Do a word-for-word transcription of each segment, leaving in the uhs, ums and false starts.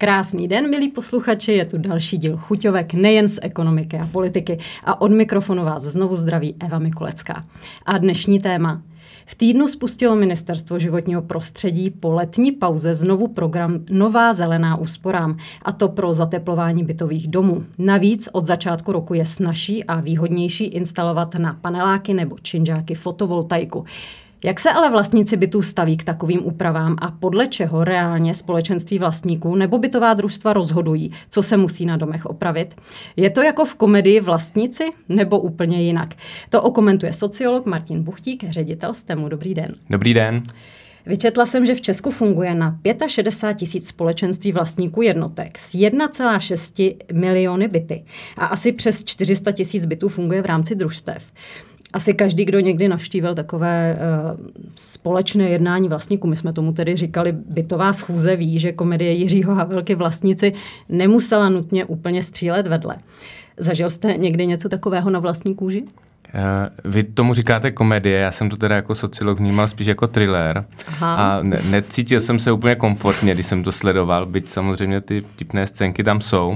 Krásný den, milí posluchači, je tu další díl Chuťovek nejen z ekonomiky a politiky a od mikrofonu vás znovu zdraví Eva Mikulecká. A dnešní téma. V týdnu spustilo Ministerstvo životního prostředí po letní pauze znovu program Nová zelená úsporám, a to pro zateplování bytových domů. Navíc od začátku roku je snazší a výhodnější instalovat na paneláky nebo činžáky fotovoltaiku. Jak se ale vlastníci bytů staví k takovým úpravám a podle čeho reálně společenství vlastníků nebo bytová družstva rozhodují, co se musí na domech opravit? Je to jako v komedii Vlastníci nebo úplně jinak? To okomentuje sociolog Martin Buchtík, ředitel STEMu. Dobrý den. Dobrý den. Vyčetla jsem, že v Česku funguje na šedesát pět tisíc společenství vlastníků jednotek s jedna celá šest miliony byty a asi přes čtyři sta tisíc bytů funguje v rámci družstev. Asi každý, kdo někdy navštívil takové uh, společné jednání vlastníků, my jsme tomu tedy říkali bytová schůze, ví, že komedie Jiřího Havelky Vlastníci nemusela nutně úplně střílet vedle. Zažil jste někdy něco takového na vlastní kůži? Uh, vy tomu říkáte komedie, já jsem to teda jako sociolog vnímal spíš jako thriller. Aha. A ne- necítil jsem se úplně komfortně, když jsem to sledoval, byť samozřejmě ty vtipné scénky tam jsou,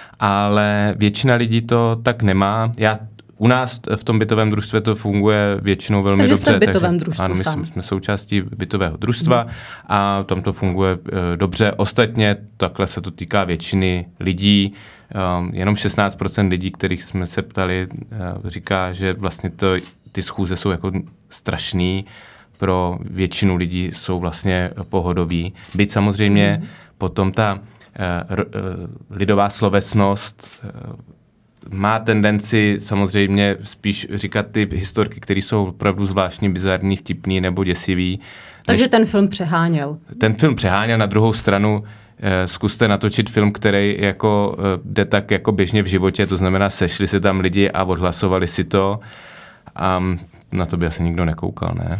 ale většina lidí to tak nemá. Já U nás v tom bytovém družstve to funguje většinou velmi takže dobře. Jste v bytovém družstvu ano, my sám. jsme součástí bytového družstva hmm. a tam to funguje e, dobře. Ostatně takhle se to týká většiny lidí. E, jenom šestnáct procent lidí, kterých jsme se ptali, e, říká, že vlastně to, ty schůze jsou jako strašný. Pro většinu lidí jsou vlastně pohodový. Byť samozřejmě hmm. potom ta e, r, e, lidová slovesnost e, má tendenci samozřejmě spíš říkat ty historky, které jsou opravdu zvláštní, bizarní, vtipný nebo děsivý. Takže ten film přeháněl. Ten film přeháněl. Na druhou stranu eh, zkuste natočit film, který jako, eh, jde tak jako běžně v životě, to znamená sešli se tam lidi a odhlasovali si to a na to by asi nikdo nekoukal, ne?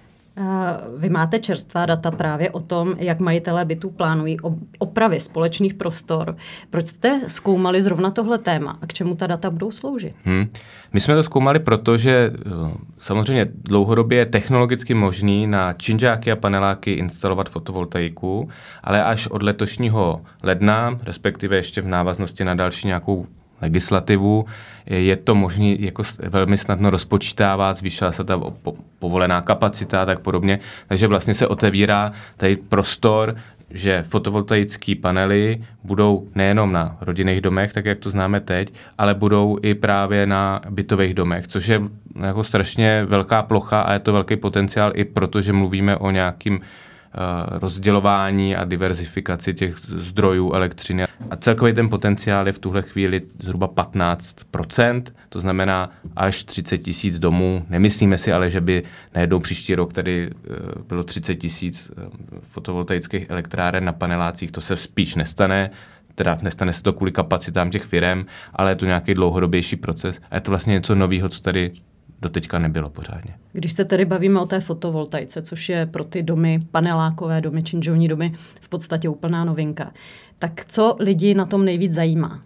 Vy máte čerstvá data právě o tom, jak majitelé bytů plánují opravy společných prostor. Proč jste zkoumali zrovna tohle téma a k čemu ta data budou sloužit? Hmm. My jsme to zkoumali, protože samozřejmě dlouhodobě je technologicky možný na činžáky a paneláky instalovat fotovoltaiku, ale až od letošního ledna, respektive ještě v návaznosti na další nějakou legislativu, je to možné jako velmi snadno rozpočítávat, zvýšila se ta povolená kapacita a tak podobně, takže vlastně se otevírá tady prostor, že fotovoltaické panely budou nejenom na rodinných domech, tak jak to známe teď, ale budou i právě na bytových domech, což je jako strašně velká plocha a je to velký potenciál i proto, že mluvíme o nějakým rozdělování a diverzifikaci těch zdrojů elektřiny. A celkový ten potenciál je v tuhle chvíli zhruba patnáct procent, to znamená až třicet tisíc domů. Nemyslíme si ale, že by najednou příští rok tady bylo třicet tisíc fotovoltaických elektráren na panelácích, to se spíš nestane. Teda nestane se to kvůli kapacitám těch firem, ale je to nějaký dlouhodobější proces a je to vlastně něco nového, co tady doteďka nebylo pořádně. Když se tedy bavíme o té fotovoltaice, což je pro ty domy, panelákové domy, činžovní domy v podstatě úplná novinka, tak co lidi na tom nejvíc zajímá?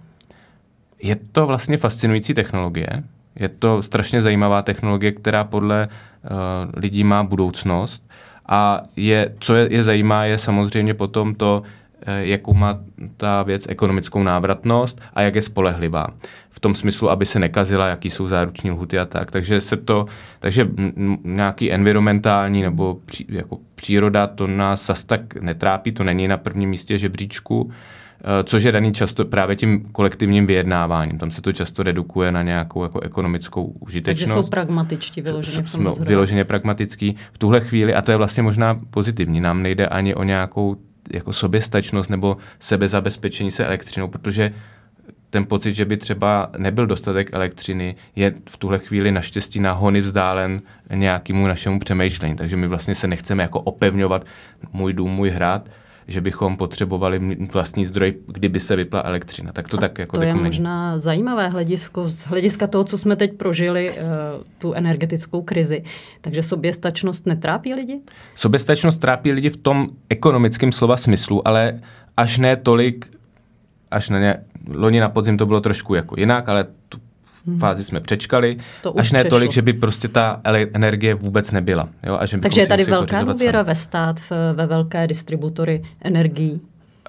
Je to vlastně fascinující technologie. Je to strašně zajímavá technologie, která podle uh, lidí má budoucnost. A je, co je, je zajímá, je samozřejmě potom to, jakou má ta věc ekonomickou návratnost a jak je spolehlivá. V tom smyslu, aby se nekazila, jaký jsou záruční lhuty a tak. Takže se to, takže nějaký environmentální nebo pří, jako příroda, to nás zas tak netrápí, to není na prvním místě žebříčku, což je daný často právě tím kolektivním vyjednáváním. Tam se to často redukuje na nějakou jako ekonomickou užitečnost. Takže jsou pragmatičtí vyloženě v tom rozhodování. Vyloženě pragmatický. V tuhle chvíli, a to je vlastně možná pozitivní, nám nejde ani o nějakou jako soběstačnost nebo sebezabezpečení se elektřinou, protože ten pocit, že by třeba nebyl dostatek elektřiny, je v tuhle chvíli naštěstí na hony vzdálen nějakému našemu přemýšlení. Takže my vlastně se nechceme jako opevňovat můj dům, můj hrad, že bychom potřebovali vlastní zdroj, kdyby se vypla elektřina. Tak to a tak jako to je není. možná zajímavé hledisko, z hlediska toho, co jsme teď prožili, tu energetickou krizi. Takže soběstačnost netrápí lidi? Soběstačnost trápí lidi v tom ekonomickém slova smyslu, ale až ne tolik, až na ně, loni na podzim to bylo trošku jako jinak, ale tu hmm. fázi jsme přečkali, až ne přešlo. tolik, že by prostě ta energie vůbec nebyla. Jo? A že takže je tady velká důvěra ve stát, v, ve velké distributory energií?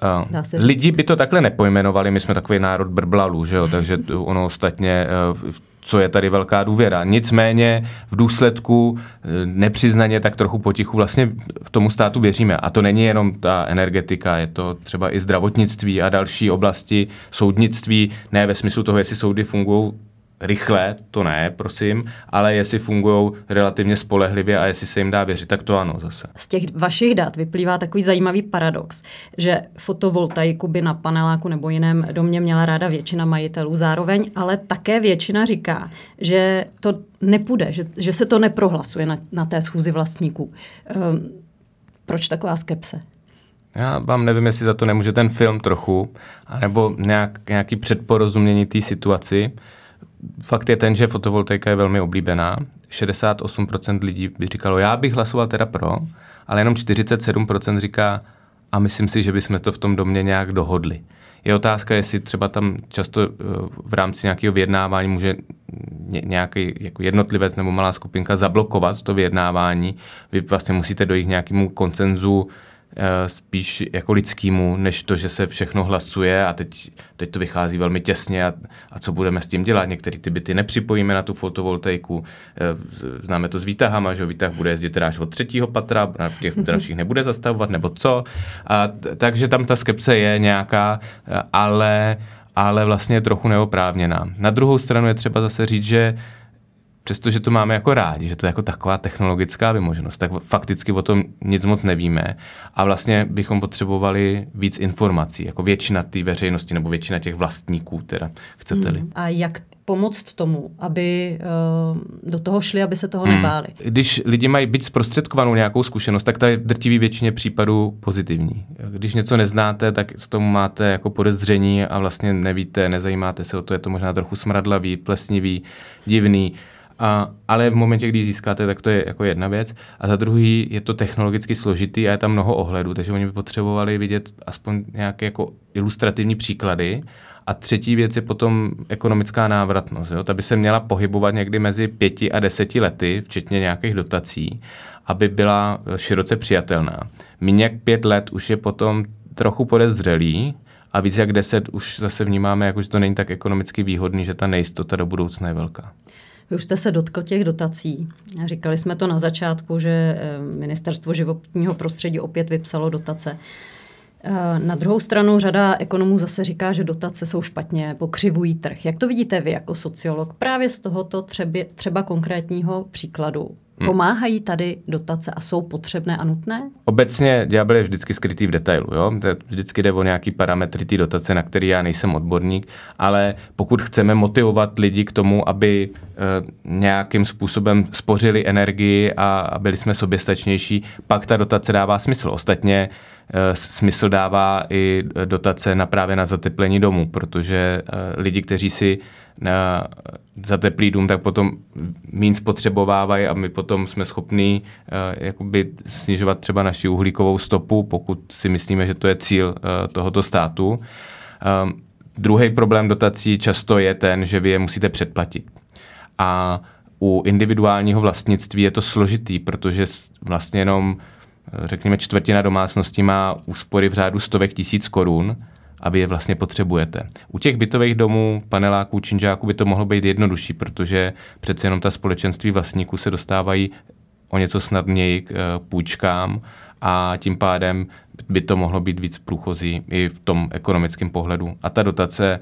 Uh, lidi by to takhle nepojmenovali, my jsme takový národ brblalů, že jo, takže ono ostatně, uh, co je tady velká důvěra. Nicméně v důsledku uh, nepřiznaně tak trochu potichu vlastně v tomu státu věříme. A to není jenom ta energetika, je to třeba i zdravotnictví a další oblasti, soudnictví, ne ve smyslu toho, jestli soudy fungují rychle, to ne, prosím, ale jestli fungují relativně spolehlivě a jestli se jim dá věřit, tak to ano zase. Z těch vašich dat vyplývá takový zajímavý paradox, že fotovoltaiku by na paneláku nebo jiném domě měla ráda většina majitelů zároveň, ale také většina říká, že to nepůjde, že, že se to neprohlasuje na, na té schůzi vlastníků. Um, proč taková skepse? Já vám nevím, jestli za to nemůže ten film trochu, anebo nějak, nějaký předporozumění té situaci. Fakt je ten, že fotovoltaika je velmi oblíbená. šedesát osm procent lidí by říkalo, já bych hlasoval teda pro, ale jenom čtyřicet sedm procent říká, a myslím si, že bychom to v tom domě nějak dohodli. Je otázka, jestli třeba tam často v rámci nějakého vyjednávání může nějaký jako jednotlivec nebo malá skupinka zablokovat to vyjednávání. Vy vlastně musíte dojít k nějakému konsenzu spíš jako lidskému, než to, že se všechno hlasuje a teď, teď to vychází velmi těsně a, a co budeme s tím dělat. Některé ty byty nepřipojíme na tu fotovoltaiku, známe to s výtahama, že výtah bude jezdit teda až od třetího patra, a těch dalších nebude zastavovat, nebo co. A, takže tam ta skepse je nějaká, ale, ale vlastně je trochu neoprávněná. Na druhou stranu je třeba zase říct, že přestože to máme jako rádi, že to je jako taková technologická vymoženost, tak fakticky o tom nic moc nevíme a vlastně bychom potřebovali víc informací, jako většina té veřejnosti nebo většina těch vlastníků, teda chcete-li. Hmm. A jak pomoct tomu, aby uh, do toho šli, aby se toho hmm. nebáli? Když lidi mají být zprostředkovanou nějakou zkušenost, tak ta je v drtivé většině případů pozitivní. Když něco neznáte, tak s tomu máte jako podezření a vlastně nevíte, nezajímáte se o to, je to možná trochu smradlavý, plesnivý, divný. A, ale v momentě, kdy získáte, tak to je jako jedna věc. A za druhý je to technologicky složitý a je tam mnoho ohledů, takže oni by potřebovali vidět aspoň nějaké jako ilustrativní příklady. A třetí věc je potom ekonomická návratnost. Jo? Ta by se měla pohybovat někdy mezi pěti a deseti lety, včetně nějakých dotací, aby byla široce přijatelná. Míň jak pět let už je potom trochu podezřelý a víc jak deset už zase vnímáme, jako, že to není tak ekonomicky výhodný, že ta nejistota do budoucna je velká. Vy už jste se dotkl těch dotací. Říkali jsme to na začátku, že Ministerstvo životního prostředí opět vypsalo dotace. Na druhou stranu řada ekonomů zase říká, že dotace jsou špatně, pokřivují trh. Jak to vidíte vy jako sociolog právě z tohoto třeba, třeba konkrétního příkladu? Pomáhají tady dotace a jsou potřebné a nutné? Obecně ďábel je vždycky skrytý v detailu. Jo? Vždycky jde o nějaký parametry té dotace, na který já nejsem odborník, ale pokud chceme motivovat lidi k tomu, aby e, nějakým způsobem spořili energii a byli jsme soběstačnější, pak ta dotace dává smysl. Ostatně e, smysl dává i dotace na právě na zateplení domu, protože e, lidi, kteří si na za teplý dům, tak potom míň spotřebovávají a my potom jsme schopní uh, jakoby snižovat třeba naši uhlíkovou stopu, pokud si myslíme, že to je cíl uh, tohoto státu. Um, druhý problém dotací často je ten, že vy je musíte předplatit. A u individuálního vlastnictví je to složitý, protože vlastně jenom, řekněme, čtvrtina domácností má úspory v řádu stovek tisíc korun, a vy je vlastně potřebujete. U těch bytových domů, paneláků, činžáků by to mohlo být jednodušší, protože přece jenom ta společenství vlastníků se dostávají o něco snadněji k půjčkám a tím pádem by to mohlo být víc průchozí i v tom ekonomickém pohledu. A ta dotace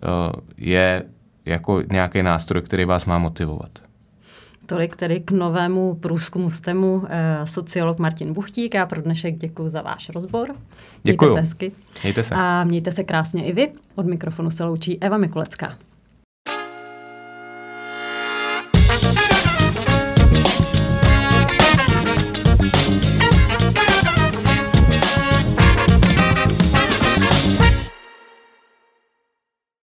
je jako nějaký nástroj, který vás má motivovat. Tolik tedy k novému průzkumu STEMu eh, sociolog Martin Buchtík. Já pro dnešek děkuji za váš rozbor. Děkuju. Mějte se hezky. Mějte se. A mějte se krásně i vy. Od mikrofonu se loučí Eva Mikulecká.